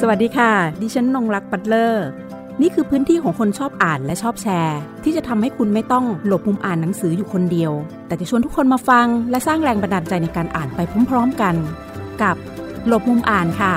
สวัสดีค่ะดิฉันนงรักปัตเลอร์นี่คือพื้นที่ของคนชอบอ่านและชอบแชร์ที่จะทำให้คุณไม่ต้องหลบมุมอ่านหนังสืออยู่คนเดียวแต่จะชวนทุกคนมาฟังและสร้างแรงบันดาลใจในการอ่านไปพร้อมๆกันกับหลบมุมอ่านค่ะ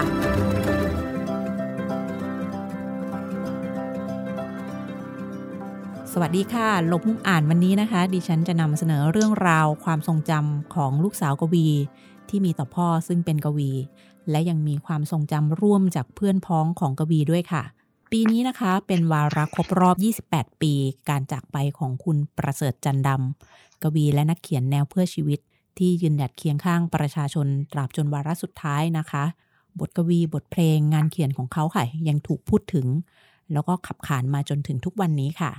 สวัสดีค่ะหลบมุมอ่านวันนี้นะคะดิฉันจะนำเสนอเรื่องราวความทรงจำของลูกสาวกวีที่มีต่อพ่อซึ่งเป็นกวีและยังมีความทรงจำร่วมจากเพื่อนพ้องของกวีด้วยค่ะปีนี้นะคะเป็นวาระครบรอบ28ปีการจากไปของคุณประเสริฐจันทร์ดำกวีและนักเขียนแนวเพื่อชีวิตที่ยืนหยัดเคียงข้างประชาชนตราบจนวาระสุดท้ายนะคะบทกวีบทเพลงงานเขียนของเขาค่ะยังถูกพูดถึงแล้วก็ขับขานมาจนถึงทุกวันนี้ค่ะ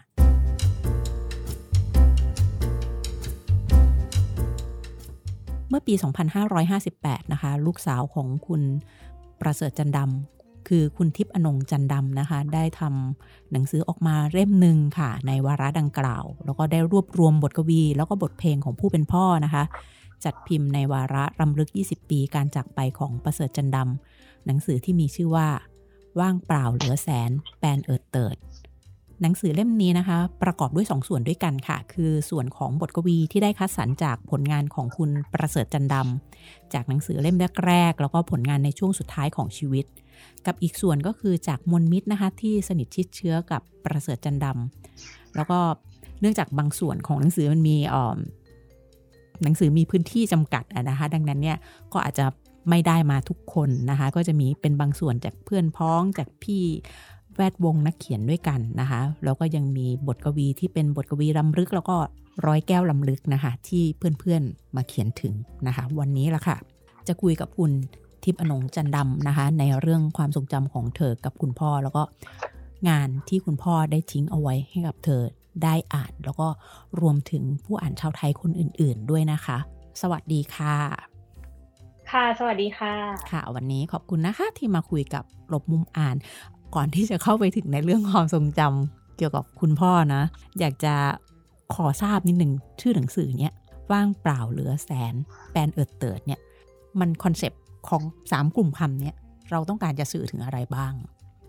เมื่อปี 2558 นะคะลูกสาวของคุณประเสริฐจันทร์ดำคือคุณทิพย์อนงจันทร์ดำนะคะได้ทำหนังสือออกมาเล่มหนึ่งค่ะในวาระดังกล่าวแล้วก็ได้รวบรวมบทกวีแล้วก็บทเพลงของผู้เป็นพ่อนะคะจัดพิมพ์ในวาระรำลึก20ปีการจากไปของประเสริฐจันทร์ดำหนังสือที่มีชื่อว่าว่างเปล่าเหลือแสนแปนเอิดเติดหนังสือเล่มนี้นะคะประกอบด้วย2ส่วนด้วยกันค่ะคือส่วนของบทกวีที่ได้คัดสรรจากผลงานของคุณประเสริฐจันทร์ดำจากหนังสือเล่มแรกๆแล้วก็ผลงานในช่วงสุดท้ายของชีวิตกับอีกส่วนก็คือจากมวลมิตรนะคะที่สนิทชิดเชื้อกับประเสริฐจันทร์ดำแล้วก็เนื่องจากบางส่วนของหนังสือมันมีหนังสือมีพื้นที่จำกัดนะคะดังนั้นเนี่ยก็อาจจะไม่ได้มาทุกคนนะคะก็จะมีเป็นบางส่วนจากเพื่อนพ้องจากพี่แวดวงนักเขียนด้วยกันนะคะแล้วก็ยังมีบทกวีที่เป็นบทกวีรำลึกแล้วก็ร้อยแก้วรำลึกนะคะที่เพื่อนๆมาเขียนถึงนะคะวันนี้ละค่ะจะคุยกับคุณทิพย์อนงจันทร์ดำนะคะในเรื่องความทรงจำของเธอกับคุณพ่อแล้วก็งานที่คุณพ่อได้ทิ้งเอาไว้ให้กับเธอได้อ่านแล้วก็รวมถึงผู้อ่านชาวไทยคนอื่นๆด้วยนะคะสวัสดีค่ะค่ะสวัสดีค่ะค่ะวันนี้ขอบคุณนะคะที่มาคุยกับหลบมุมอ่านก่อนที่จะเข้าไปถึงในเรื่องความทรงจำเกี่ยวกับคุณพ่อนะอยากจะขอทราบนิดหนึ่งชื่อหนังสือเนี้ยว่างเปล่าเหลือแสนแปนเอิดเติดเนี่ยมันคอนเซปต์ของ3กลุ่มคำเนี้ยเราต้องการจะสื่อถึงอะไรบ้าง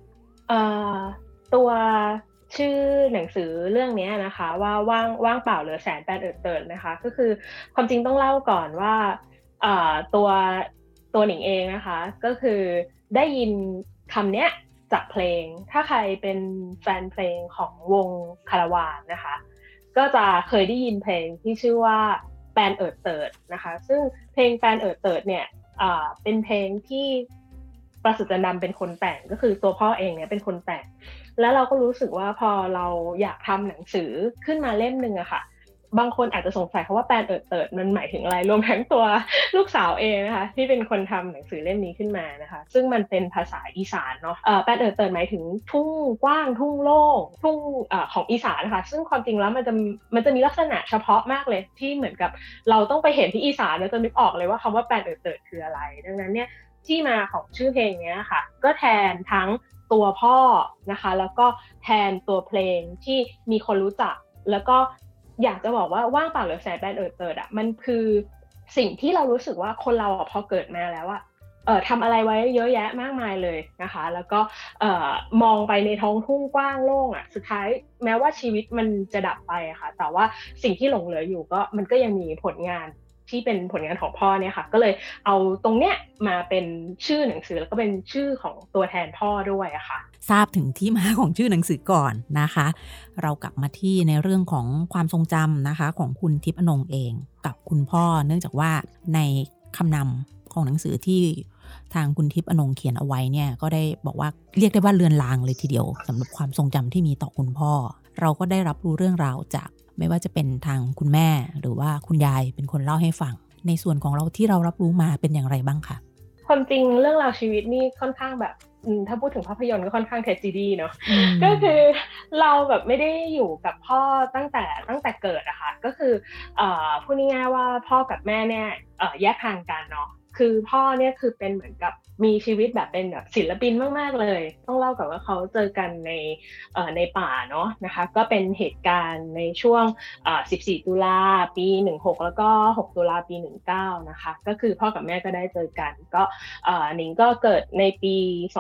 ตัวชื่อหนังสือเรื่องนี้นะคะว่าว่างเปล่าเหลือแสนแปนเอิดเติดนะคะก็คือความจริงต้องเล่าก่อนว่าตัวหนิงเองนะคะก็คือได้ยินคำเนี้ยจากเพลงถ้าใครเป็นแฟนเพลงของวงคาราวานนะคะก็จะเคยได้ยินเพลงที่ชื่อว่าแปนเอิดเติดนะคะซึ่งเพลงแปนเอิดเติดเนี่ยเป็นเพลงที่ประเสริฐจันทร์ดำเป็นคนแต่งก็คือตัวพ่อเองเนี่ยเป็นคนแต่งแล้วเราก็รู้สึกว่าพอเราอยากทำหนังสือขึ้นมาเล่มนึงอะค่ะบางคนอาจจะสงสัยว่าแปนเอิดเติดมันหมายถึงอะไรรวมทั้งตัวลูกสาวเองนะคะที่เป็นคนทำหนังสือเล่มนี้ขึ้นมานะคะซึ่งมันเป็นภาษาอีสานเนาะแปนเอิดเติดหมายถึงทุ่งกว้างทุ่งโล่งทุ่งของอีสานนะคะซึ่งความจริงแล้วมันจะมีลักษณะเฉพาะมากเลยที่เหมือนกับเราต้องไปเห็นที่อีสานแล้วจะนึกออกเลยว่าคำว่าแปนเอิดเติดคืออะไรดังนั้นเนี่ยที่มาของชื่อเพลงนี้ค่ะก็แทนทั้งตัวพ่อนะคะแล้วก็แทนตัวเพลงที่มีคนรู้จักแล้วก็อยากจะบอกว่าว่างเปล่าเหลือแสนแปนเอิดเติดอ่ะมันคือสิ่งที่เรารู้สึกว่าคนเราพอเกิดมาแล้วอ่ะทำอะไรไว้เยอะแยะมากมายเลยนะคะแล้วก็มองไปในท้องทุ่งกว้างโล่งอ่ะสุดท้ายแม้ว่าชีวิตมันจะดับไปอะค่ะแต่ว่าสิ่งที่หลงเหลืออยู่ก็มันก็ยังมีผลงานที่เป็นผลงานของพ่อเนี่ยค่ะก็เลยเอาตรงเนี้ยมาเป็นชื่อหนังสือแล้วก็เป็นชื่อของตัวแทนพ่อด้วยอะค่ะทราบถึงที่มาของชื่อหนังสือก่อนนะคะเรากลับมาที่ในเรื่องของความทรงจำนะคะของคุณทิพย์อนงเองกับคุณพ่อเนื่องจากว่าในคำนำของหนังสือที่ทางคุณทิพย์อนงเขียนเอาไว้เนี่ยก็ได้บอกว่าเรียกได้ว่าเลือนลางเลยทีเดียวสำหรับความทรงจำที่มีต่อคุณพ่อเราก็ได้รับรู้เรื่องราวจากไม่ว่าจะเป็นทางคุณแม่หรือว่าคุณยายเป็นคนเล่าให้ฟังในส่วนของเราที่เรารับรู้มาเป็นอย่างไรบ้างคะความจริงเรื่องราวชีวิตนี่ค่อนข้างแบบถ้าพูดถึงภาพยนตร์ก็ค่อนข้างเทจิดีเนาะก็คือเราแบบไม่ได้อยู่กับพ่อตั้งแต่เกิดอะค่ะก็คือพูดง่ายๆว่าพ่อกับแม่เนี่ยแยกทางกันเนาะคือพ่อเนี่ยคือเป็นเหมือนกับมีชีวิตแบบเป็นแบบศิลปินมากๆเลยต้องเล่าก่อนว่าเขาเจอกันในป่าเนาะนะคะก็เป็นเหตุการณ์ในช่วง14 ตุลาปี16แล้วก็6 ตุลาปี19นะคะก็คือพ่อกับแม่ก็ได้เจอกันก็หนิงก็เกิดในปี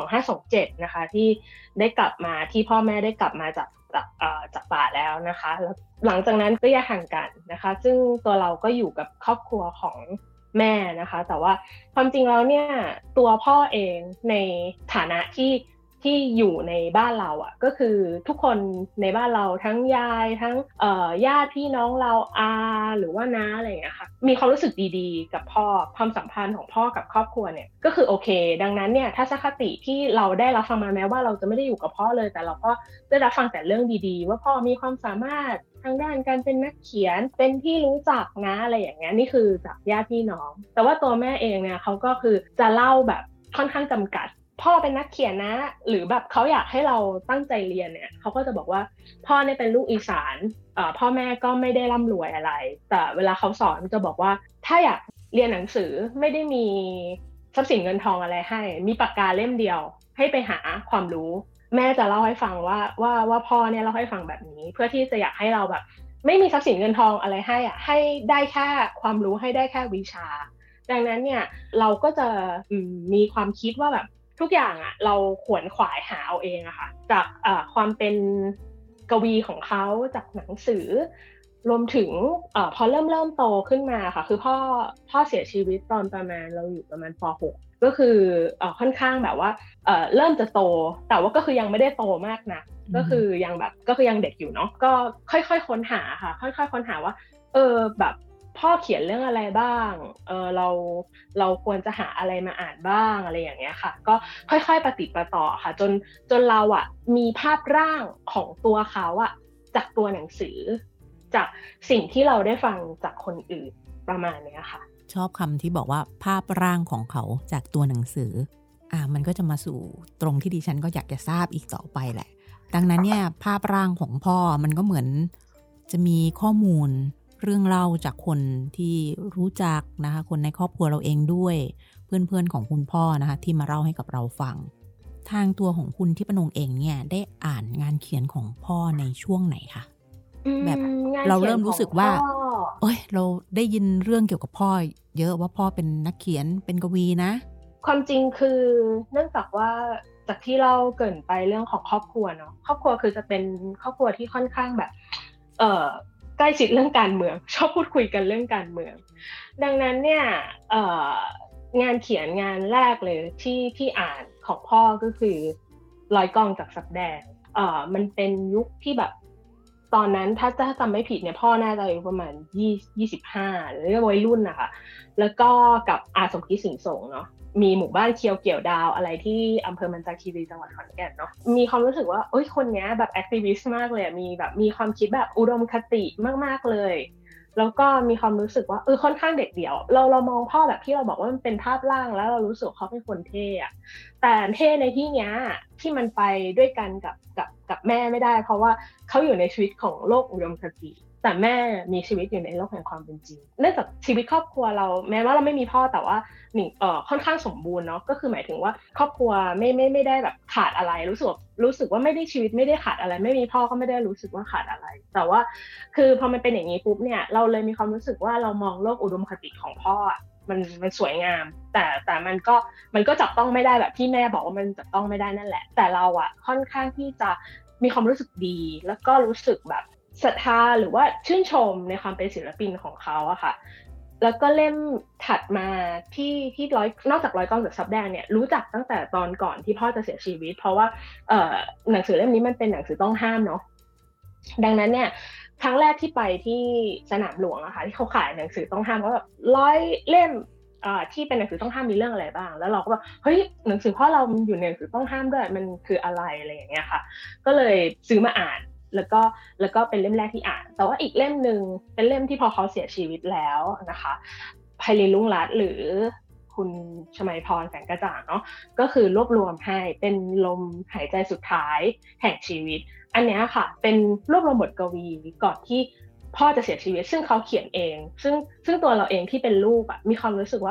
2527นะคะที่ได้กลับมาที่พ่อแม่ได้กลับมาจากป่าแล้วนะคะแล้วหลังจากนั้นก็แยกห่างกันนะคะซึ่งตัวเราก็อยู่กับครอบครัวของแม่นะคะแต่ว่าความจริงแล้วเนี่ยตัวพ่อเองในฐานะที่อยู่ในบ้านเราอ่ะก็คือทุกคนในบ้านเราทั้งยายทั้งญาติพี่น้องเราอาหรือว่าน้าอะไรอย่างเงี้ยค่ะมีความรู้สึกดีๆกับพ่อความสัมพันธ์ของพ่อกับครอบครัวเนี่ยก็คือโอเคดังนั้นเนี่ยทัศนคติที่เราได้รับฟังมาแม้ว่าเราจะไม่ได้อยู่กับพ่อเลยแต่เราก็ได้รับฟังแต่เรื่องดีๆว่าพ่อมีความสามารถทางด้านการเป็นนักเขียนเป็นที่รู้จักนะอะไรอย่างเงี้ยนี่คือจากญาติพี่น้องแต่ว่าตัวแม่เองเนี่ยเขาก็คือจะเล่าแบบค่อนข้างจำกัดพ่อเป็นนักเขียนนะหรือแบบเขาอยากให้เราตั้งใจเรียนเนี่ยเขาก็จะบอกว่าพ่อเนี่ยเป็นลูกอีสานพ่อแม่ก็ไม่ได้ร่ำรวยอะไรแต่เวลาเขาสอนจะบอกว่าถ้าอยากเรียนหนังสือไม่ได้มีทรัพย์สินเงินทองอะไรให้มีปากกาเล่มเดียวให้ไปหาความรู้แม่จะเล่าให้ฟังว่าพ่อเนี่ยเล่าให้ฟังแบบนี้เพื่อที่จะอยากให้เราแบบไม่มีทรัพย์สินเงินทองอะไรให้อ่ะให้ได้แค่ความรู้ให้ได้แค่วิชาดังนั้นเนี่ยเราก็จะมีความคิดว่าแบบทุกอย่างอ่ะเราขวนขวายหาเอาเองอะค่ะจากความเป็นกวีของเขาจากหนังสือรวมถึงพอเริ่มโตขึ้นมาค่ะคือพ่อเสียชีวิตตอนประมาณเราอยู่ประมาณป.6 ก็คือค่อนข้างแบบว่าเริ่มจะโตแต่ว่าก็คือยังไม่ได้โตมากนะก็คือยังแบบก็คือยังเด็กอยู่เนาะก็ค่อยๆค้นหาค่ะค่อยๆค้นหาว่าแบบพ่อเขียนเรื่องอะไรบ้างเราควรจะหาอะไรมาอ่านบ้างอะไรอย่างเงี้ยค่ะก็ค่อยๆประติดประต่อค่ะจนเราอ่ะมีภาพร่างของตัวเขาอ่ะจากตัวหนังสือจากสิ่งที่เราได้ฟังจากคนอื่นประมาณเนี้ยค่ะชอบคำที่บอกว่าภาพร่างของเขาจากตัวหนังสือมันก็จะมาสู่ตรงที่ดิฉันก็อยากจะทราบอีกต่อไปแหละดังนั้นเนี่ยภาพร่างของพ่อมันก็เหมือนจะมีข้อมูลเรื่องเล่าจากคนที่รู้จักนะคะคนในครอบครัวเราเองด้วยเพื่อนๆของคุณพ่อนะคะที่มาเล่าให้กับเราฟังทางตัวของคุณทิพนงเองเนี่ยได้อ่านงานเขียนของพ่อในช่วงไหนคะแบบเราเริ่มรู้สึกว่าเราได้ยินเรื่องเกี่ยวกับพ่อเยอะว่าพ่อเป็นนักเขียนเป็นกวีนะความจริงคือเนื่องจากว่าจากที่เราเกริ่นไปเรื่องของครอบครัวเนาะครอบครัวคือจะเป็นครอบครัวที่ค่อนข้างแบบใกล้ชิดเรื่องการเมืองชอบพูดคุยกันเรื่องการเมืองดังนั้นเนี่ยงานเขียนงานแรกเลยที่อ่านของพ่อก็คือร้อยกองจากสัปแดงมันเป็นยุคที่แบบตอนนั้นถ้าจำไม่ผิดเนี่ยพ่อน่าจะอายุประมาณ25หรือวัยรุ่นนะคะแล้วก็กับอาสมคิดสิงห์สงเนาะมีหมู่บ้านเคียวเกี่ยวดาวอะไรที่อำเภอมันจาคีรีจังหวัดขอนแก่นเนาะมีความรู้สึกว่าคนนี้แบบแอคทิวิสต์มากเลยมีความคิดแบบอุดมคติมากๆเลยแล้วก็มีความรู้สึกว่าค่อนข้างเด็กเดี่ยวเรามองพ่อแบบที่เราบอกว่ามันเป็นภาพร่างแล้วเรารู้สึกเขาเป็นคนเท่อะแต่เท่ในที่เนี้ยที่มันไปด้วยกันกับแม่ไม่ได้เพราะว่าเขาอยู่ในชีวิตของโลกอุดมคติแต่แม่มีชีวิตอยู่ในโลกแห่งความเป็นจริงเนื่องจากชีวิตครอบครัวเราแม้ว่าเราไม่มีพ่อแต่ว่าค่อนข้างสมบูรณ์เนาะก็คือหมายถึงว่าครอบครัวไม่ได้แบบขาดอะไรรู้สึกว่าไม่ได้ชีวิตไม่ได้ขาดอะไรไม่มีพ่อก็ไม่ได้รู้สึกว่าขาดอะไรแต่ว่าคือพอมันเป็นอย่างนี้ปุ๊บเนี่ยเราเลยมีความรู้สึกว่าเรามองโลกอุดมคติของพ่อมันสวยงามแต่มันก็จับต้องไม่ได้แบบที่แม่บอกว่ามันจับต้องไม่ได้นั่นแหละแต่เราอะค่อนข้างที่จะมีความรู้สึกดีแล้วก็รู้สึกแบบศรัทธาหรือว่าชื่นชมในความเป็นศิลปินของเขาอะค่ะแล้วก็เล่มถัดมาที่นอกจากร้อยกองจากซับแดงเนี่ยรู้จักตั้งแต่ตอนก่อนที่พ่อจะเสียชีวิตเพราะว่าหนังสือเล่มนี้มันเป็นหนังสือต้องห้ามเนาะดังนั้นเนี่ยครั้งแรกที่ไปที่สนามหลวงอะค่ะที่เขาขายหนังสือต้องห้ามก็แบบ100 เล่มที่เป็นหนังสือต้องห้ามมีเรื่องอะไรบ้างแล้วเราก็แบบเฮ้ยหนังสือพ่อเรามันอยู่ในหนังสือต้องห้ามด้วยมันคืออะไรอย่างเงี้ยค่ะก็เลยซื้อมาอ่านแล้วก็เป็นเล่มแรกที่อ่านแต่ว่าอีกเล่มนึงเป็นเล่มที่พอเขาเสียชีวิตแล้วนะคะไพลินรุ่งรัตน์หรือคุณชมัยพรแสงกระจ่างเนาะก็คือรวบรวมให้เป็นลมหายใจสุดท้ายแห่งชีวิตอันนี้ค่ะเป็นรวบรวมบทกวีก่อนที่พ่อจะเสียชีวิตซึ่งเขาเขียนเองซึ่งตัวเราเองที่เป็นลูกอะมีความรู้สึกว่า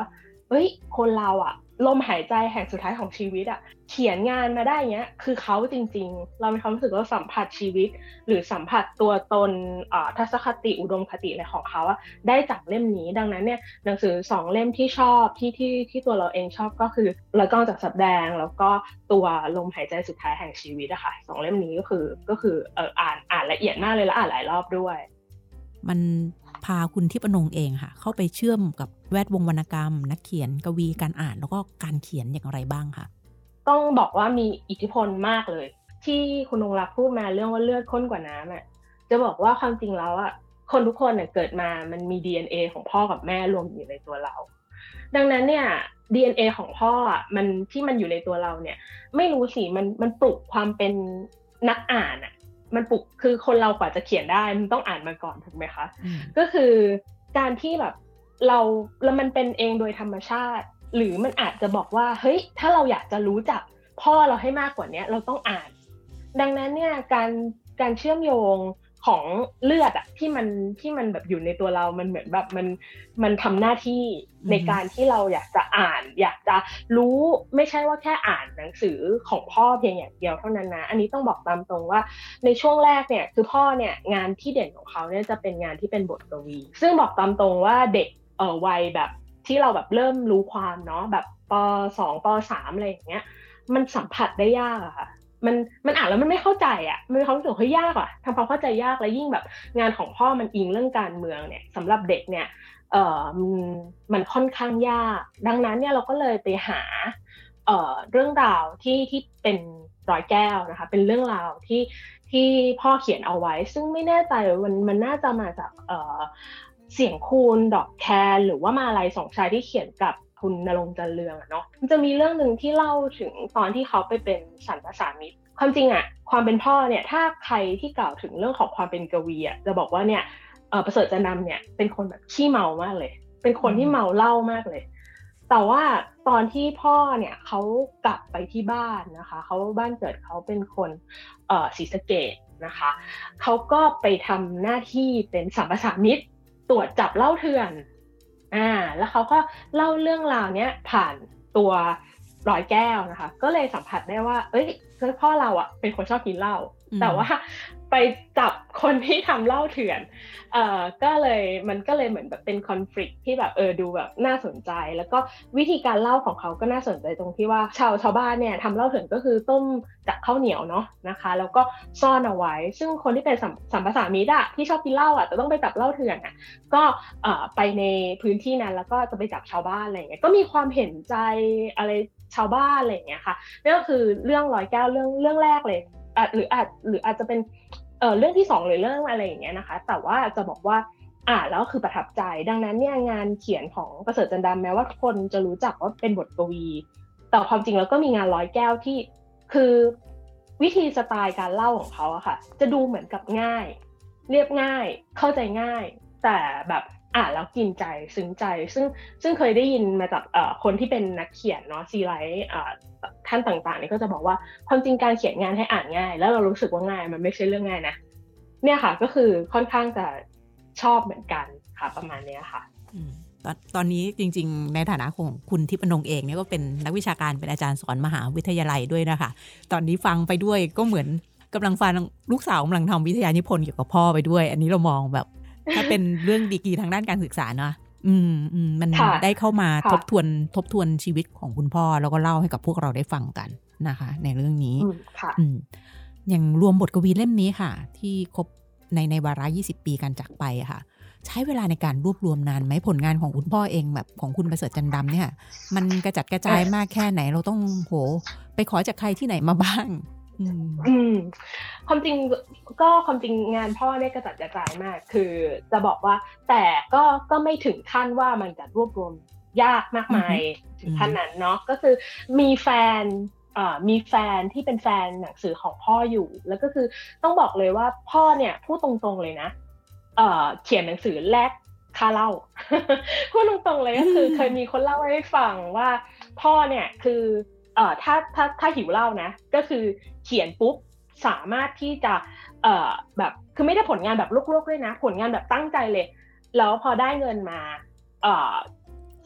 เอ้ยคนเราอะลมหายใจแห่งสุดท้ายของชีวิตอะเขียนงานมาได้เงี้ยคือเขาจริงๆเรามีความรู้สึกว่าสัมผัสชีวิตหรือสัมผัสตัวตนทัศนคติอุดมคติอะไรของเขาอะได้จากเล่มนี้ดังนั้นเนี่ยหนังสือ2เล่มที่ชอบที่ตัวเราเองชอบก็คือละกล้องจากสัปดาห์แล้วก็ตัวลมหายใจสุดท้ายแห่งชีวิตอะค่ะ2เล่มนี้ก็คืออ่านละเอียดมากเลยและอ่านหลายรอบด้วยมันพาคุณทิพย์อนงค์เองค่ะเข้าไปเชื่อมกับแวดวงวรรณกรรมนักเขียนกวีการอ่านแล้วก็การเขียนอย่างไรบ้างคะต้องบอกว่ามีอิทธิพลมากเลยที่คุณนงรักพูดมาเรื่องว่าเลือดข้นกว่าน้ำอ่ะจะบอกว่าความจริงแล้วอ่ะคนทุกคนเนี่ยเกิดมามันมี DNA ของพ่อกับแม่รวมอยู่ในตัวเราดังนั้นเนี่ย DNA ของพ่ออ่ะมันอยู่ในตัวเราเนี่ยไม่รู้สิมันปลุกความเป็นนักอ่านอ่ะมันปลุกคือคนเรากว่าจะเขียนได้มันต้องอ่านมาก่อนถูกไหมคะก็คือการที่แบบแล้วมันเป็นเองโดยธรรมชาติหรือมันอาจจะบอกว่าเฮ้ยถ้าเราอยากจะรู้จักพ่อเราให้มากกว่านี้เราต้องอ่านดังนั้นเนี่ยการเชื่อมโยงของเลือดอะที่มันแบบอยู่ในตัวเรามันเหมือนแบบมันทำหน้าที่ในการที่เราอยากจะอ่านอยากจะรู้ไม่ใช่ว่าแค่อ่านหนังสือของพ่อเพียงอย่างเดียวเท่านั้นนะอันนี้ต้องบอกตามตรงว่าในช่วงแรกเนี่ยคือพ่อเนี่ยงานที่เด่นของเขาเนี่ยจะเป็นงานที่เป็นบทกวีซึ่งบอกตามตรงว่าเด็กวัยแบบที่เราแบบเริ่มรู้ความเนาะแบบป.2 ป.3 อะไรอย่างเงี้ยมันสัมผัสได้ยากอะค่ะมันอ่านแล้วมันไม่เข้าใจอ่ะมันมีความรู้สึกเฮ้ยยากอ่ะทำความเข้าใจยากและยิ่งแบบงานของพ่อมันอิงเรื่องการเมืองเนี่ยสำหรับเด็กเนี่ยมันค่อนข้างยากดังนั้นเนี่ยเราก็เลยไปหาเรื่องราวที่เป็นร้อยแก้วนะคะเป็นเรื่องราวที่พ่อเขียนเอาไว้ซึ่งไม่แน่ใจมันน่าจะมาจากเสียงคูณดอกแคนหรือว่ามาลัยสองชายที่เขียนกับคุณณรงค์จันเรืองอะเนาะมันจะมีเรื่องนึงที่เล่าถึงตอนที่เขาไปเป็นสันประสานมิตรความจริงอะความเป็นพ่อเนี่ยถ้าใครที่กล่าวถึงเรื่องของความเป็นกวีอะจะบอกว่าเนี่ยประเสริฐจันทร์ดำเนี่ยเป็นคนแบบขี้เมามากเลยเป็นคนที่เมาเหล้ามากเลยแต่ว่าตอนที่พ่อเนี่ยเขากลับไปที่บ้านนะคะเขาบ้านเกิดเขาเป็นคนศรีสะเกษนะคะเขาก็ไปทำหน้าที่เป็นสัมปสามิตตรวจจับเหล้าเถื่อนแล้วเขาก็เล่าเรื่องราวเนี้ยผ่านตัวร้อยแก้วนะคะก็เลยสัมผัสได้ว่าเอ้ยพ่อเราอ่ะเป็นคนชอบกินเหล้าแต่ว่าไปจับคนที่ทำเหล้าเถื่อนมันก็เลยเหมือนแบบเป็นคอนฟลิกต์ที่แบบดูแบบน่าสนใจแล้วก็วิธีการเล่าของเขาก็น่าสนใจตรงที่ว่าชาวบ้านเนี่ยทำเหล้าเถื่อนก็คือต้มจากข้าวเหนียวเนาะนะคะแล้วก็ซ่อนเอาไว้ซึ่งคนที่เป็นสัมปสามิตรที่ชอบกินเหล้าแต่ต้องไปจับเหล้าเถื่อนก็ไปในพื้นที่นั้นแล้วก็จะไปจับชาวบ้านอะไรอย่างเงี้ยก็มีความเห็นใจอะไรชาวบ้านอะไรอย่างเงี้ยค่ะนั่นก็คือเรื่องร้อยแก้วเรื่องแรกเลยหรืออาจจะเป็นเรื่องที่2หรือเรื่องอะไรอย่างเงี้ยนะคะแต่ว่าจะบอกว่าแล้วคือประทับใจดังนั้นเนี่ยงานเขียนของประเสริฐจันทร์ดำแม้ว่าคนจะรู้จักว่าเป็นบทกวีแต่ความจริงแล้วก็มีงานร้อยแก้วที่คือวิธีสไตล์การเล่าของเขาอะค่ะจะดูเหมือนกับง่ายเรียบง่ายเข้าใจง่ายแต่แบบแล้วกินใจซึ้งใจซึ่งเคยได้ยินมาจากคนที่เป็นนักเขียนเนาะซีไรต์ท่านต่างๆนี่ก็จะบอกว่าความจริงการเขียนงานให้อ่านง่ายแล้วเรารู้สึกว่าง่ายมันไม่ใช่เรื่องง่ายนะเนี่ยค่ะก็คือค่อนข้างจะชอบเหมือนกันค่ะประมาณนี้ค่ะตอนนี้จริงๆในฐานะของคุณทิพย์อนงค์เองเนี่ยก็เป็นนักวิชาการเป็นอาจารย์สอนมหาวิทยาลัยด้วยนะคะตอนนี้ฟังไปด้วยก็เหมือนกำลังฟังลูกสาวกำลังทำวิทยานิพนธ์เกี่ยวกับพ่อไปด้วยอันนี้เรามองแบบถ้าเป็นเรื่องดีกรีทางด้านการศึกษาเนาะมันได้เข้ามาทบทวนชีวิตของคุณพ่อแล้วก็เล่าให้กับพวกเราได้ฟังกันนะคะในเรื่องนี้อย่างรวมบทกวีเล่มนี้ค่ะที่ครบในวาระ20 ปีการจากไปค่ะใช้เวลาในการรวบรวมนานไหมผลงานของคุณพ่อเองแบบของคุณประเสริฐจันทร์ดำเนี่ยมันกระจัดกระจายมากแค่ไหนเราต้องไปขอจากใครที่ไหนมาบ้างความจริงงานพ่อเนี่ยกระจัดกระจายมากคือจะบอกว่าแต่ก็ไม่ถึงขั้นว่ามันจะรวบรวมยากมากมายถึงขั้นนั้นเนาะก็คือมีแฟนที่เป็นแฟนหนังสือของพ่ออยู่แล้วก็คือต้องบอกเลยว่าพ่อเนี่ยพูดตรงๆเลยนะเขียนหนังสือแลกค่าเหล้า พูดตรงๆเลยก็คือเคยมีคนเล่าให้ฟังว่าพ่อเนี่ยคือถ้าหิวเหล้านะก็คือเขียนปุ๊บสามารถที่จะแบบคือไม่ได้ผลงานแบบลวกๆด้วยนะผลงานแบบตั้งใจเลยแล้วพอได้เงินมา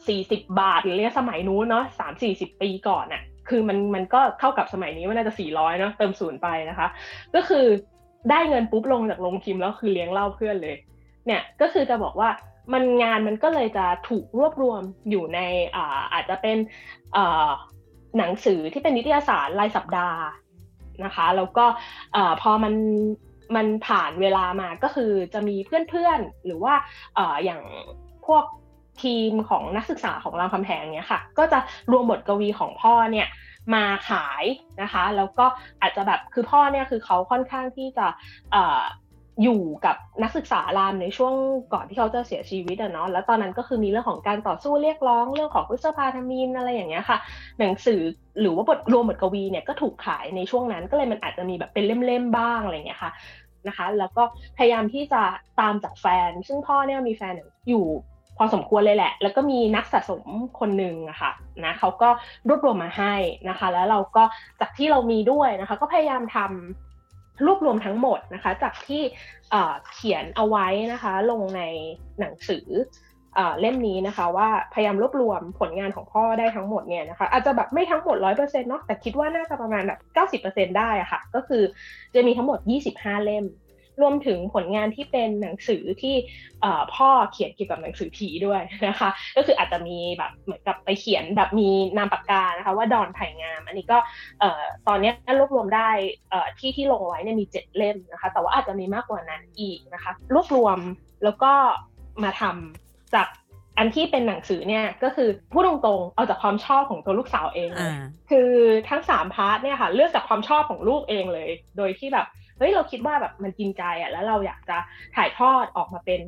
40 บาทหรือเรียกสมัยนู้นเนาะ30-40 ปีก่อนน่ะคือมันก็เท่ากับสมัยนี้มันน่าจะ400เนาะเติมศูนย์ไปนะคะก็คือได้เงินปุ๊บลงจากโรงพิมพ์แล้วคือเลี้ยงเหล้าเพื่อนเลยเนี่ยก็คือจะบอกว่างานมันก็เลยจะถูกรวบรวมอยู่ในอาจจะเป็นหนังสือที่เป็นนิตยสารรายสัปดาห์นะคะแล้วก็พอมันผ่านเวลามาก็คือจะมีเพื่อนๆหรือว่าอย่างพวกทีมของนักศึกษาของรามคำแหงเนี่ยค่ะก็จะรวมบทกวีของพ่อเนี่ยมาขายนะคะแล้วก็อาจจะแบบคือพ่อเนี่ยคือเขาค่อนข้างที่จะอยู่กับนักศึกษารามในช่วงก่อนที่เขาจะเสียชีวิตเนาะแล้วตอนนั้นก็คือมีเรื่องของการต่อสู้เรียกร้องเรื่องของพฤษภาธมิฬอะไรอย่างเงี้ยค่ะหนังสือหรือว่าบทรวมบทกวีเนี่ยก็ถูกขายในช่วงนั้นก็เลยมันอาจจะมีแบบเป็นเล่มๆบ้างอะไรอย่างเงี้ยค่ะนะคะแล้วก็พยายามที่จะตามจากแฟนซึ่งพ่อเนี่ยมีแฟนอยู่พอสมควรเลยแหละแล้วก็มีนักสะสมคนนึงอะค่ะนะเขาก็รวบรวมมาให้นะคะแล้วเราก็จากที่เรามีด้วยนะคะก็พยายามทำรวบรวมทั้งหมดนะคะจากที่เขียนเอาไว้นะคะลงในหนังสือเล่มนี้นะคะว่าพยายามรวบรวมผลงานของพ่อได้ทั้งหมดเนี่ยนะคะอาจจะแบบไม่ทั้งหมด 100% เนาะแต่คิดว่าน่าจะประมาณแบบ 90% ได้อะค่ะก็คือจะมีทั้งหมด25 เล่มรวมถึงผลงานที่เป็นหนังสือที่พ่อเขียนเกี่ยวกับหนังสือผีด้วยนะคะก็คืออาจจะมีแบบเหมือนกับไปเขียนแบบมีนามปากกานะคะว่าดอนไผ่งามอันนี้ก็ตอนนี้รวบรวมได้ที่ลงไว้เนี่ยมี7 เล่มนะคะแต่ว่าอาจจะมีมากกว่านั้นอีกนะคะรวบรวมแล้วก็มาทำจากอันที่เป็นหนังสือเนี่ยก็คือพูดตรงๆเอาจากความชอบของตัวลูกสาวเองเลยคือทั้ง3 พาร์ทเนี่ยค่ะเลือกจากความชอบของลูกเองเลยโดยที่แบบเฮ้ยเราคิดว่าแบบมันกินใจอ่ะแล้วเราอยากจะถ่ายทอดออกมาเป็น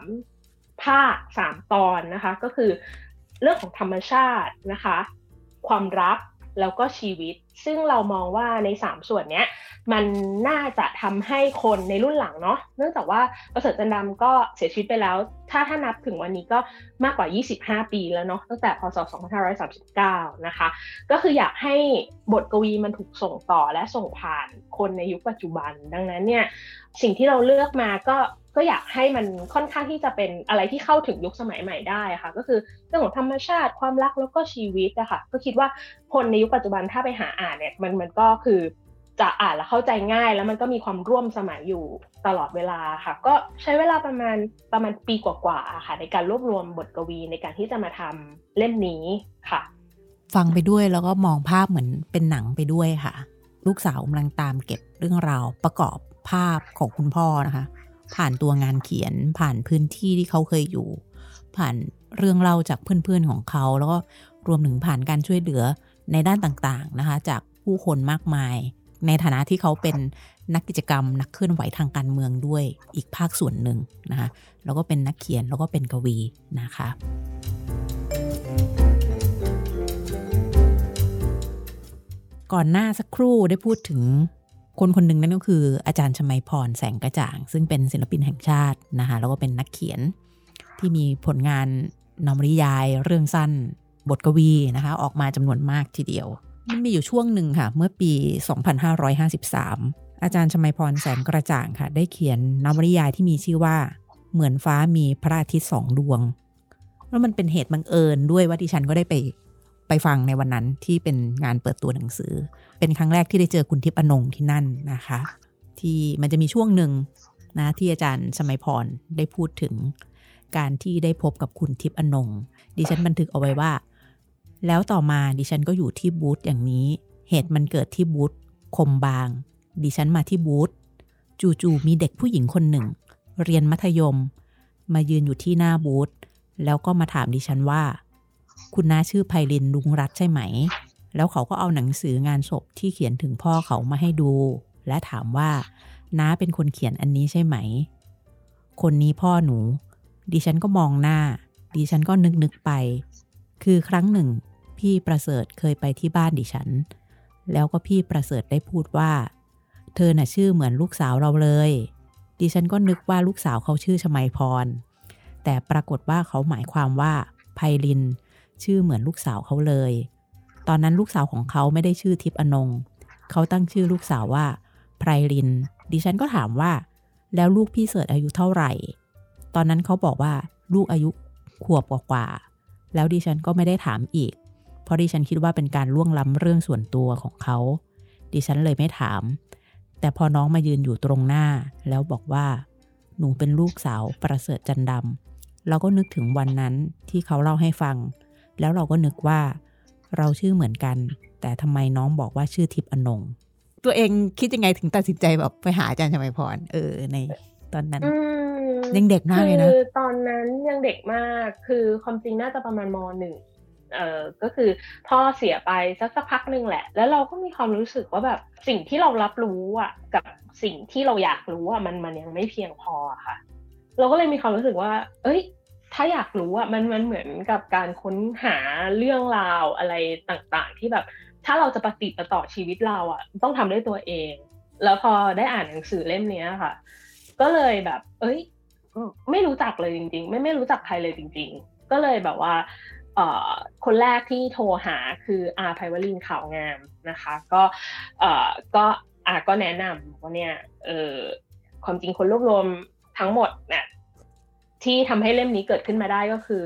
3 ภาค 3 ตอนนะคะก็คือเรื่องของธรรมชาตินะคะความรักแล้วก็ชีวิตซึ่งเรามองว่าใน3 ส่วนเนี้ยมันน่าจะทำให้คนในรุ่นหลังเนาะเนื่องจากว่าประเสริฐจันทร์ดำก็เสียชีวิตไปแล้วถ้านับถึงวันนี้ก็มากกว่า25 ปีแล้วเนาะตั้งแต่พศ2539นะคะก็คืออยากให้บทกวีมันถูกส่งต่อและส่งผ่านคนในยุคปัจจุบันดังนั้นเนี่ยสิ่งที่เราเลือกมาก็อยากให้มันค่อนข้างที่จะเป็นอะไรที่เข้าถึงยุคสมัยใหม่ได้ค่ะก็คือเรื่องของธรรมชาติความรักแล้วก็ชีวิตอะค่ะก็คิดว่าคนในยุคปัจจุบันถ้าไปหาอ่านเนี่ยมันก็คือจะอ่านแล้วเข้าใจง่ายแล้วมันก็มีความร่วมสมัยอยู่ตลอดเวลาค่ะก็ใช้เวลาประมาณปีกว่าๆค่ะในการรวบรวมบทกวีในการที่จะมาทำเล่มนี้ค่ะฟังไปด้วยแล้วก็มองภาพเหมือนเป็นหนังไปด้วยค่ะลูกสาวกำลังตามเก็บเรื่องราวประกอบภาพของคุณพ่อนะคะผ่านตัวงานเขียนผ่านพื้นที่ที่เขาเคยอยู่ผ่านเรื่องเล่าจากเพื่อนๆของเขาแล้วก็รวมถึงผ่านการช่วยเหลือในด้านต่างๆนะคะจากผู้คนมากมายในฐานะที่เขาเป็นนักกิจกรรมนักเคลื่อนไหวทางการเมืองด้วยอีกภาคส่วนหนึ่งนะคะแล้วก็เป็นนักเขียนแล้วก็เป็นกวีนะคะก่อนหน้าสักครู่ได้พูดถึงคนหนึ่งนั่นก็คืออาจารย์ชมัยพรแสงกระจ่างซึ่งเป็นศิลปินแห่งชาตินะคะแล้วก็เป็นนักเขียนที่มีผลงานนวนิยายเรื่องสั้นบทกวีนะคะออกมาจำนวนมากทีเดียวมันมีอยู่ช่วงหนึ่งค่ะเมื่อปี 2553 อาจารย์ชมัยพรแสงกระจ่างค่ะได้เขียนนวนิยายที่มีชื่อว่าเหมือนฟ้ามีพระอาทิตย์2 ดวงแล้วมันเป็นเหตุบังเอิญด้วยว่าดิฉันก็ได้ไปฟังในวันนั้นที่เป็นงานเปิดตัวหนังสือเป็นครั้งแรกที่ได้เจอคุณทิพย์อนงที่นั่นนะคะที่มันจะมีช่วงหนึ่งนะที่อาจารย์ชมัยพรได้พูดถึงการที่ได้พบกับคุณทิพย์อนงดิฉันบันทึกเอาไว้ว่าแล้วต่อมาดิฉันก็อยู่ที่บูธอย่างนี้เหตุมันเกิดที่บูธคมบางดิฉันมาที่บูธจู่ๆมีเด็กผู้หญิงคนหนึ่งเรียนมัธยมมายืนอยู่ที่หน้าบูธแล้วก็มาถามดิฉันว่าคุณน้าชื่อไพลินลุงรัตน์ใช่ไหมแล้วเขาก็เอาหนังสืองานศพที่เขียนถึงพ่อเขามาให้ดูและถามว่าน้าเป็นคนเขียนอันนี้ใช่ไหมคนนี้พ่อหนูดิฉันก็มองหน้าดิฉันก็นึกไปคือครั้งหนึ่งพี่ประเสริฐเคยไปที่บ้านดิฉันแล้วก็พี่ประเสริฐได้พูดว่าเธอน่ะชื่อเหมือนลูกสาวเราเลยดิฉันก็นึกว่าลูกสาวเขาชื่อชมัยพรแต่ปรากฏว่าเขาหมายความว่าไพลินชื่อเหมือนลูกสาวเขาเลยตอนนั้นลูกสาวของเขาไม่ได้ชื่อทิพย์อนงเขาตั้งชื่อลูกสาวว่าไพลินดิฉันก็ถามว่าแล้วลูกพี่เสิร์ชอายุเท่าไหร่ตอนนั้นเขาบอกว่าลูกอายุขวบกว่าแล้วดิฉันก็ไม่ได้ถามอีกเพราะดิฉันคิดว่าเป็นการล่วงล้ำเรื่องส่วนตัวของเขาดิฉันเลยไม่ถามแต่พอน้องมายืนอยู่ตรงหน้าแล้วบอกว่าหนูเป็นลูกสาวประเสริฐจันดำเราก็นึกถึงวันนั้นที่เขาเล่าให้ฟังแล้วเราก็นึกว่าเราชื่อเหมือนกันแต่ทำไมน้องบอกว่าชื่อทิพย์อนงตัวเองคิดยังไงถึงตัดสินใจแบบไปหาอาจารย์ชมัยพรในตอนนั้นยังเด็กมากเลยนะคือตอนนั้นยังเด็กมากคือความจริงน่าจะประมาณม.1ก็คือพ่อเสียไปสักพักนึงแหละแล้วเราก็มีความรู้สึกว่าแบบสิ่งที่เรารับรู้อ่ะกับสิ่งที่เราอยากรู้อ่ะมันยังไม่เพียงพอค่ะเราก็เลยมีความรู้สึกว่าถ้าอยากรู้อ่ะมันเหมือนกับการค้นหาเรื่องราวอะไรต่างๆที่แบบถ้าเราจะปฏิบัติต่อชีวิตเราอ่ะต้องทำด้วยตัวเองแล้วพอได้อ่านหนังสือเล่มนี้ค่ะก็เลยแบบไม่รู้จักเลยจริงๆไม่รู้จักใครเลยจริงๆก็เลยแบบว่าคนแรกที่โทรหาคืออาไพวลินขาวงามนะคะก็แนะนำว่าเนี่ยความจริงคนรวบรวมทั้งหมดเนี่ยที่ทำให้เล่มนี้เกิดขึ้นมาได้ก็คือ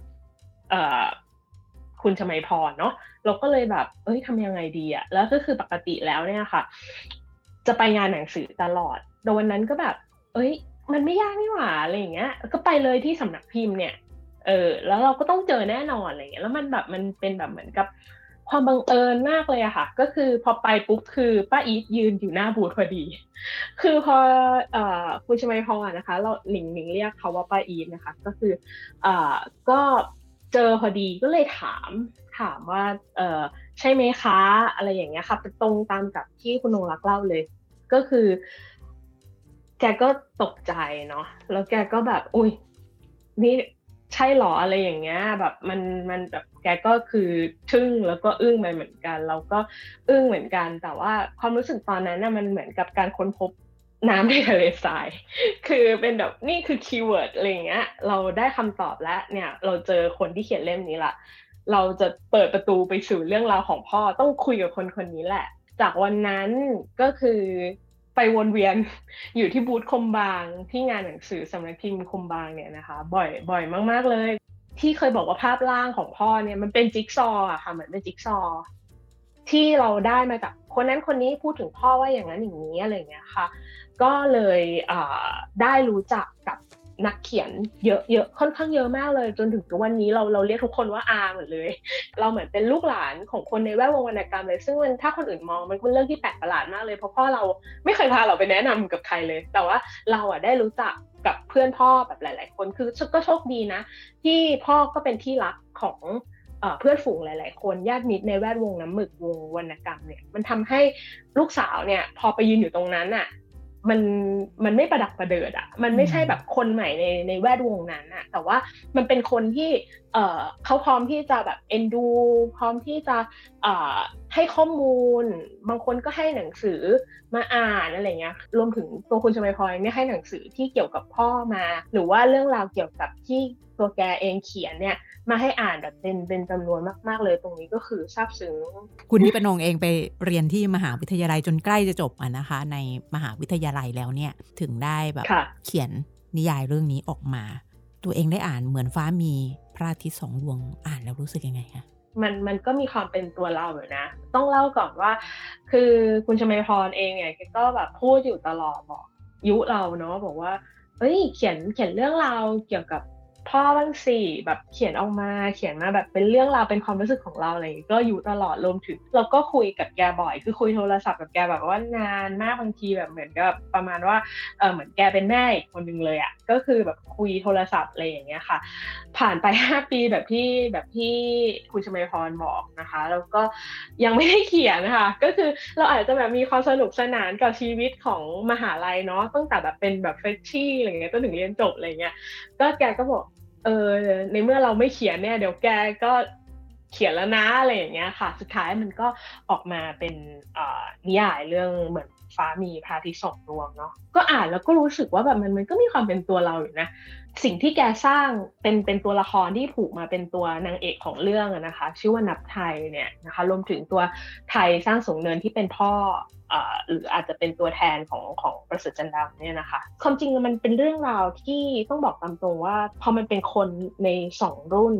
คุณชมัยพรเนาะเราก็เลยแบบทำยังไงดีอะแล้วก็คือปกติแล้วเนี่ยค่ะจะไปงานหนังสือตลอดแต่วันนั้นก็แบบมันไม่ยากนี่หว่าอะไรอย่างเงี้ยก็ไปเลยที่สำนักพิมพ์เนี่ยแล้วเราก็ต้องเจอแน่นอนอะไรเงี้ยแล้วมันเป็นแบบเหมือนกับความบังเอิญมากเลยอะค่ะก็คือพอไปปุ๊บคือป้าอีทยืนอยู่หน้าบูธพอดีคือพอคุณชมัยพรนะคะเราหนิงเรียกเขาว่าป้าอีทนะคะก็คือก็เจอพอดีก็เลยถามว่าใช่ไหมคะอะไรอย่างเงี้ยค่ะตรงตามกับที่คุณนงรักเล่าเลยก็คือแกก็ตกใจเนาะแล้วแกก็แบบอุ๊ยนี่ใช่หรออะไรอย่างเงี้ยแบบมันแบบแกก็คือทึ่งแล้วก็อึ้งไปเหมือนกันเราก็อึ้งเหมือนกันแต่ว่าความรู้สึกตอนนั้นน่ะมันเหมือนกับการค้นพบน้ำในทะเลทรายคือเป็นแบบนี่คือคีย์เวิร์ดอะไรอย่างเงี้ยเราได้คำตอบแล้วเนี่ยเราเจอคนที่เขียนเล่มนี้ละเราจะเปิดประตูไปสู่เรื่องราวของพ่อต้องคุยกับคนนี้แหละจากวันนั้นก็คือไปวนเวียนอยู่ที่บูธคมบางที่งานหนังสือสำนักพิมพ์คมบางเนี่ยนะคะบ่อยมากๆเลยที่เคยบอกว่าภาพร่างของพ่อเนี่ยมันเป็นจิ๊กซอว์อะค่ะเหมือนเป็นจิ๊กซอว์ที่เราได้มาจากคนนั้นคนนี้พูดถึงพ่อว่าอย่างนั้นอย่างนี้อะไรอย่างเงี้ยค่ะก็เลยได้รู้จักกับนักเขียนเยอะค่อนข้างเยอะมากเลยจนถึงวันนี้เราเรียกทุกคนว่าอาหมดเลยเราเหมือนเป็นลูกหลานของคนในแวดวงวรรณกรรมเลยซึ่งมันถ้าคนอื่นมองมันเป็นเรื่องที่แปลกประหลาดมากเลยเพราะพ่อเราไม่เคยพาเราไปแนะนำกับใครเลยแต่ว่าเราได้รู้จักกับเพื่อนพ่อแบบหลายๆคนคือก็โชคดีนะที่พ่อก็เป็นที่รักของเพื่อนฝูงหลายๆคนญาติมิตรในแวดวงน้ำหมึกวงวรรณกรรมเนี่ยมันทำให้ลูกสาวเนี่ยพอไปยืนอยู่ตรงนั้นอ่ะมันไม่ประดักประเดิดอ่ะมันไม่ใช่แบบคนใหม่ในแวดวงนั้นอ่ะแต่ว่ามันเป็นคนที่เขาพร้อมที่จะแบบเอ็นดูพร้อมที่จะให้ข้อมูลบางคนก็ให้หนังสือมาอ่านอะไรเงี้ยรวมถึงตัวคุณชมัยพรเนี่ยให้หนังสือที่เกี่ยวกับพ่อมาหรือว่าเรื่องราวเกี่ยวกับที่ตัวแกเองเขียนเนี่ยมาให้อ่านแบบเป็นจำนวนมากๆเลยตรงนี้ก็คือซาบซึ้งคุณทิพย์อนงเองไปเรียนที่มหาวิทยาลัยจนใกล้จะจบนะคะในมหาวิทยาลัยแล้วเนี่ยถึงได้แบบเขียนนิยายเรื่องนี้ออกมาตัวเองได้อ่านเหมือนฟ้ามีพระอาทิตย์สองดวงอ่านแล้วรู้สึกยังไงคะมันก็มีความเป็นตัวเราอยู่นะต้องเล่าก่อนว่าคือคุณชมัยพรเองเนี่ยก็แบบพูดอยู่ตลอดบอกยุเราเนาะบอกว่าเขียนเรื่องราวเกี่ยวกับพ่อบ้างสิแบบเขียนออกมาเขียนมาแบบเป็นเรื่องราวเป็นความรู้สึกของเราอะไรอย่างงี้ก็อยู่ตลอดรวมถึงเราก็คุยกับแกบ่อยคือคุยโทรศัพท์กับแกแบบว่านานมากบางทีแบบเหมือนกับประมาณว่าเหมือนแกเป็นแม่อีกคนนึงเลยอ่ะก็คือแบบคุยโทรศัพท์อะไรอย่างเงี้ยค่ะผ่านไป5 ปีแบบที่คุณชมัยพรบอกนะคะแล้วก็ยังไม่ได้เขียนนะคะก็คือเราอาจจะแบบมีความสนุกสนานกับชีวิตของมหาลัยเนาะตั้งแต่แบบเป็นแบบเฟรชชี่อะไรเงี้ยจนถึงเรียนจบอะไรเงี้ยก็แกก็บอกในเมื่อเราไม่เขียนเนี่ยเดี๋ยวแกก็เขียนแล้วนะอะไรอย่างเงี้ยค่ะสุดท้ายมันก็ออกมาเป็นนิยายเรื่องเหมือนฟ้ามีพระอาทิตย์สองดวงเนาะก็อ่านแล้วก็รู้สึกว่าแบบมันก็มีความเป็นตัวเราอยู่นะสิ่งที่แกสร้างเป็นตัวละครที่ผูกมาเป็นตัวนางเอกของเรื่องนะคะชื่อว่านับไทยเนี่ยนะคะรวมถึงตัวไทยสร้างสูงเนินที่เป็นพ่อหรืออาจจะเป็นตัวแทนของประเสริฐจันดำเนี่ยนะคะความจริงมันเป็นเรื่องราวที่ต้องบอกตามตรงว่าพอมันเป็นคนใน2 รุ่น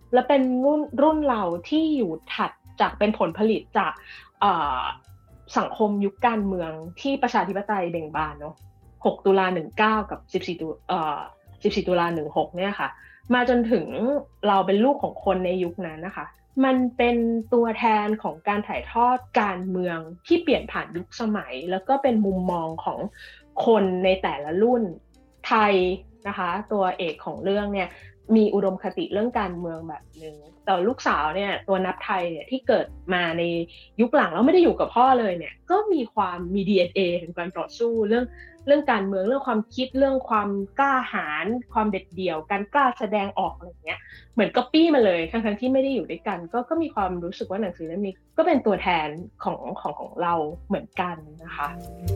และเป็นรุ่นเราที่อยู่ถัดจากเป็นผลผลิตจากสังคมยุคการเมืองที่ประชาธิปไตยเบ่งบานเนาะ6 ตุลา 19กับ14 ตุลา 16เนี่ยค่ะมาจนถึงเราเป็นลูกของคนในยุคนั้นนะคะมันเป็นตัวแทนของการถ่ายทอดการเมืองที่เปลี่ยนผ่านยุคสมัยแล้วก็เป็นมุมมองของคนในแต่ละรุ่นไทยนะคะตัวเอกของเรื่องเนี่ยมีอุดมคติเรื่องการเมืองแบบนึงแต่ลูกสาวเนี่ยตัวนับไทยเนี่ยที่เกิดมาในยุคหลังแล้วไม่ได้อยู่กับพ่อเลยเนี่ยก็มีความมี DNA ถึงการต่อสู้เรื่องการเมืองเรื่องความคิดเรื่องความกล้าหาญความเด็ดเดี่ยวการกล้าแสดงออกอะไรเงี้ยเหมือนก๊อปปี้มาเลยทั้งที่ไม่ได้อยู่ด้วยกันก็มีความรู้สึกว่าหนังสือเล่มนี้ก็เป็นตัวแทนของเราเหมือนกันนะคะ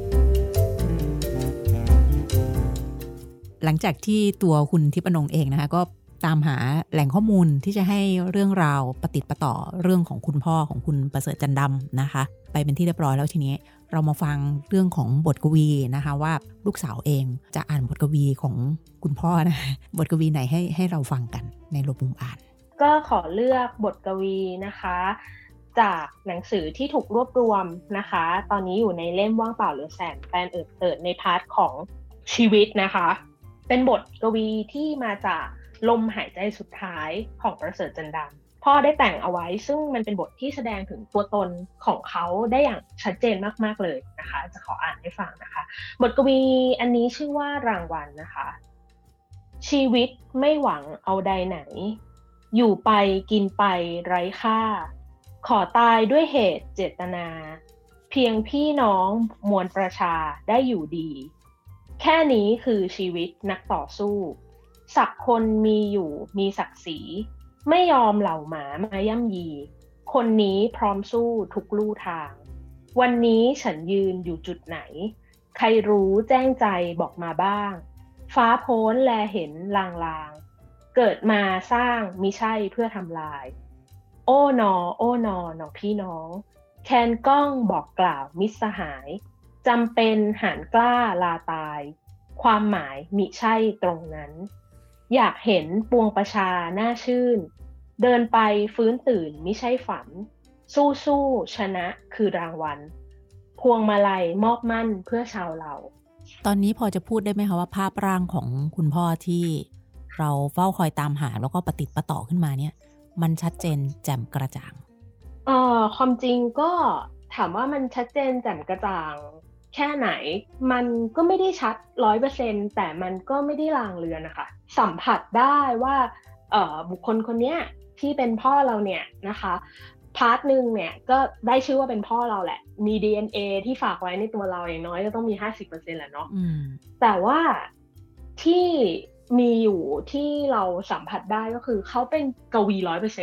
หลังจากที่ตัวคุณทิพย์อนงค์เองนะคะก็ตามหาแหล่งข้อมูลที่จะให้เรื่องราวปะติดปะต่อเรื่องของคุณพ่อของคุณประเสริฐจันดำนะคะไปเป็นที่เรียบร้อยแล้วทีนี้เรามาฟังเรื่องของบทกวีนะคะว่าลูกสาวเองจะอ่านบทกวีของคุณพ่อนะบทกวีไหนให้เราฟังกันในหลบมุมอ่านก็ขอเลือกบทกวีนะคะจากหนังสือที่ถูกรวบรวมนะคะตอนนี้อยู่ในเล่มว่างเปล่าเหลือแสนแปลนเอิดในพาร์ทของชีวิตนะคะเป็นบทกวีที่มาจากลมหายใจสุดท้ายของประเสริฐจันดำพ่อได้แต่งเอาไว้ซึ่งมันเป็นบทที่แสดงถึงตัวตนของเขาได้อย่างชัดเจนมากๆเลยนะคะจะขออ่านให้ฟังนะคะบทกวีอันนี้ชื่อว่ารางวัลนะคะชีวิตไม่หวังเอาใดไหนอยู่ไปกินไปไร้ค่าขอตายด้วยเหตุเจตนาเพียงพี่น้องมวลประชาได้อยู่ดีแค่นี้คือชีวิตนักต่อสู้ศักดิ์คนมีอยู่มีศักดิ์ศรีไม่ยอมเหล่าหมามาย่ำยีคนนี้พร้อมสู้ทุกลู่ทางวันนี้ฉันยืนอยู่จุดไหนใครรู้แจ้งใจบอกมาบ้างฟ้าโพ้นแลเห็นลางๆเกิดมาสร้างมิใช่เพื่อทำลายโอ้นอโอ้นอหนอพี่น้องแคนก้องบอกกล่าวมิตรสหายจำเป็นหารกล้าลาตายความหมายมิใช่ตรงนั้นอยากเห็นปวงประชาหน้าชื่นเดินไปฟื้นตื่นมิใช่ฝันสู้ชนะคือรางวัลพวงมาลัยมอบมั่นเพื่อชาวเราตอนนี้พอจะพูดได้ไหมคะว่าภาพร่างของคุณพ่อที่เราเฝ้าคอยตามหาแล้วก็ปะติดปะต่อขึ้นมาเนี่ยมันชัดเจนแจ่มกระจ่างความจริงก็ถามว่ามันชัดเจนแจ่มกระจ่างแค่ไหนมันก็ไม่ได้ชัด 100% แต่มันก็ไม่ได้ลางเลือนนะคะสัมผัสได้ว่าบุคคลคนนี้ที่เป็นพ่อเราเนี่ยนะคะพาร์ทนึงเนี่ยก็ได้ชื่อว่าเป็นพ่อเราแหละมี DNA ที่ฝากไว้ในตัวเราอย่างน้อยก็ต้องมี 50% แหละเนาะแต่ว่าที่มีอยู่ที่เราสัมผัสได้ก็คือเขาเป็นกวี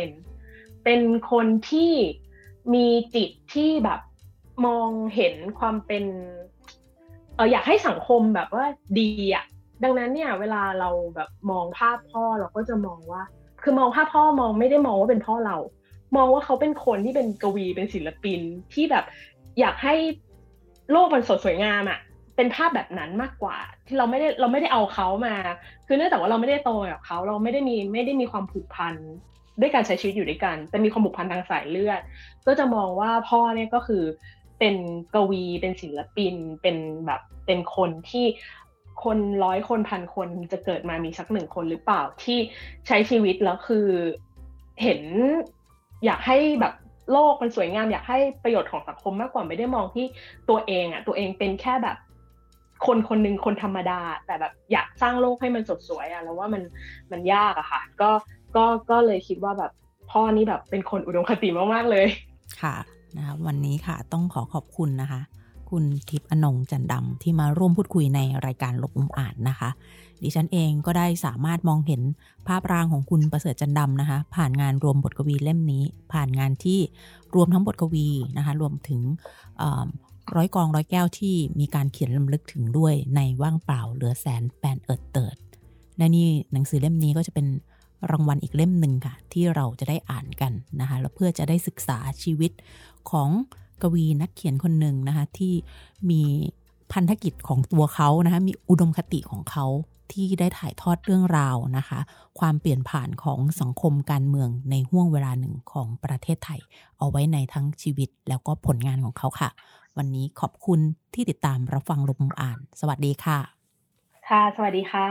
100% เป็นคนที่มีจิตที่แบบมองเห็นความเป็นอยากให้สังคมแบบว่าดีอ่ะดังนั้นเนี่ยเวลาเราแบบมองภาพพ่อเราก็จะมองว่าคือมองภาพพ่อมองไม่ได้มองว่าเป็นพ่อเรามองว่าเขาเป็นคนที่เป็นกวีเป็นศิลปินที่แบบอยากให้โลกมันสวยงามอ่ะเป็นภาพแบบนั้นมากกว่าที่เราไม่ได้เอาเขามาคือเนื่องจากว่าเราไม่ได้โตกับเขาเราไม่ได้มีความผูกพันด้วยการใช้ชีวิตอยู่ด้วยกันแต่มีความผูกพันทางสายเลือดก็จะมองว่าพ่อเนี่ยก็คือเป็นกวีเป็นศิลปินเป็นแบบเป็นคนที่คน100 คน1,000 คนจะเกิดมามีสัก1 คนหรือเปล่าที่ใช้ชีวิตแล้วคือเห็นอยากให้แบบโลกมันสวยงามอยากให้ประโยชน์ของสังคมมากกว่าไม่ได้มองที่ตัวเองอ่ะตัวเองเป็นแค่แบบคนหนึ่งคนธรรมดาแต่แบบอยากสร้างโลกให้มันสดสวยอ่ะแล้วว่ามันยากอะค่ะก็เลยคิดว่าแบบพ่อนี่แบบเป็นคนอุดมคติมากๆเลยค่ะนะคะวันนี้ค่ะต้องขอบคุณนะคะคุณทิพย์อนงค์จันดำที่มาร่วมพูดคุยในรายการหลบมุมอ่านนะคะดิฉันเองก็ได้สามารถมองเห็นภาพร่างของคุณประเสริฐจันดำนะคะผ่านงานรวมบทกวีเล่มนี้ผ่านงานที่รวมทั้งบทกวีนะคะรวมถึงร้อยกองร้อยแก้วที่มีการเขียนรำลึกถึงด้วยในว่างเปล่าเหลือแสนแปนเอิดเติดและนี่หนังสือเล่มนี้ก็จะเป็นรางวัลอีกเล่มหนึ่งค่ะที่เราจะได้อ่านกันนะคะแล้วเพื่อจะได้ศึกษาชีวิตของกวีนักเขียนคนหนึ่งนะคะที่มีพันธกิจของตัวเขานะคะมีอุดมคติของเขาที่ได้ถ่ายทอดเรื่องราวนะคะความเปลี่ยนผ่านของสังคมการเมืองในห้วงเวลาหนึ่งของประเทศไทยเอาไว้ในทั้งชีวิตแล้วก็ผลงานของเขาค่ะวันนี้ขอบคุณที่ติดตามรับฟังลงมุมอ่านสวัสดีค่ะค่ะสวัสดีค่ะ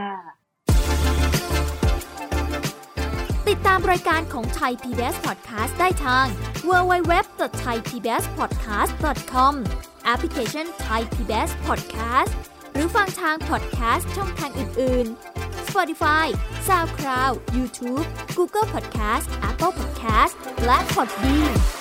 ติดตามรายการของ Thai PBS Podcast ได้ทาง www.thaipbspodcast.com แอปพลิเคชัน Thai PBS Podcast หรือฟังทาง podcast ช่องทางอื่นๆ Spotify, SoundCloud, YouTube, Google Podcast, Apple Podcast และ Podbean